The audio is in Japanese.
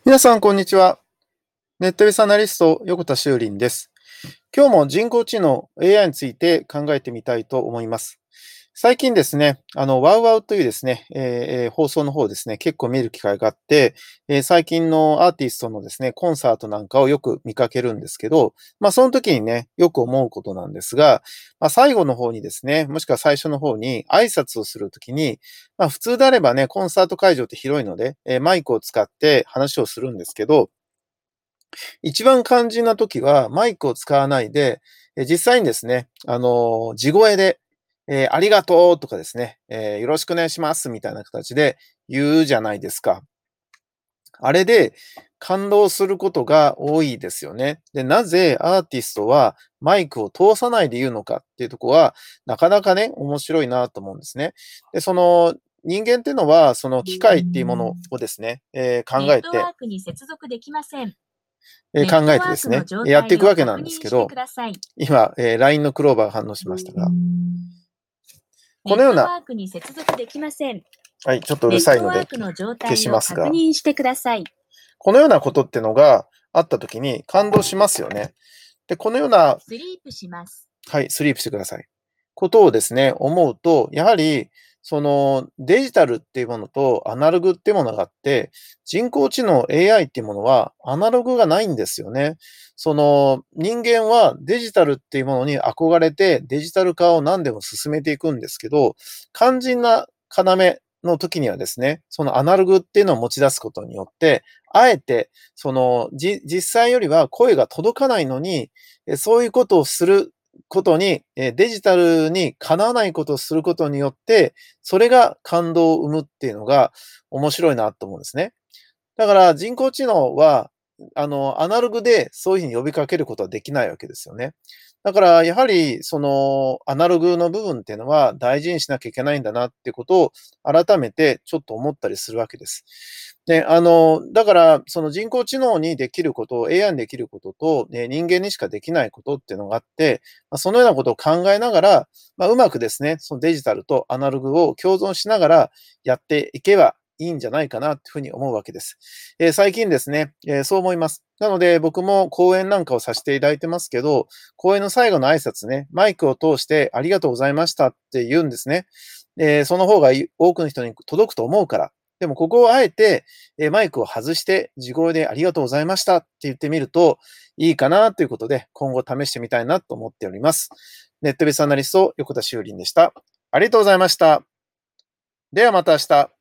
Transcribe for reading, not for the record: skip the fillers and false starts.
皆さん、こんにちは。ネットベースアナリスト、横田修林です。今日も人工知能 AI について考えてみたいと思います。最近ですね、ワウワウというですね、放送の方ですね、結構見る機会があって、最近のアーティストのですね、コンサートなんかをよく見かけるんですけど、その時にね、よく思うことなんですが、最後の方にですね、もしくは最初の方に挨拶をするときに、普通であればね、コンサート会場って広いので、マイクを使って話をするんですけど、一番肝心な時はマイクを使わないで、実際にですね、地声で、ありがとうとかですね、よろしくお願いしますみたいな形で言うじゃないですか。あれで感動することが多いですよね。で、なぜアーティストはマイクを通さないで言うのかっていうとこは、なかなかね、面白いなと思うんですね。で、人間っていうのは、その機械っていうものをですね、考ネッえてトワークに接続できません。 考えてですね、やっていくわけなんですけど、今、LINE のクローバーが反応しましたが、このような、 に接続できません。 はい、ちょっとうるさいので消しますが、 してください。 このようなことってのがあったときに感動しますよね。で、このような、 スリープします。 はい、スリープしてください。ことをですね、思うと、やはり、そのデジタルっていうものとアナログっていうものがあって、人工知能 AI っていうものはアナログがないんですよね。人間はデジタルっていうものに憧れてデジタル化を何でも進めていくんですけど、肝心な要の時にはですね、そのアナログっていうのを持ち出すことによって、あえて実際よりは声が届かないのに、そういうことをすることに、デジタルにかなわないことをすることによって、それが感動を生むっていうのが面白いなと思うんですね。だから人工知能は、アナログでそういうふうに呼びかけることはできないわけですよね。だからやはり、アナログの部分っていうのは大事にしなきゃいけないんだなってことを改めてちょっと思ったりするわけです。で、だから、その人工知能にできること、AI にできることと、人間にしかできないことっていうのがあって、そのようなことを考えながら、うまくですね、そのデジタルとアナログを共存しながらやっていけばいいんじゃないかなというふうに思うわけです。最近ですね、そう思います。なので、僕も講演なんかをさせていただいてますけど、講演の最後の挨拶ね、マイクを通してありがとうございましたって言うんですね。その方が多くの人に届くと思うから。でもここをあえて、マイクを外して地声でありがとうございましたって言ってみるといいかなということで、今後試してみたいなと思っております。ネットベースアナリスト、横田修林でした。ありがとうございました。ではまた明日。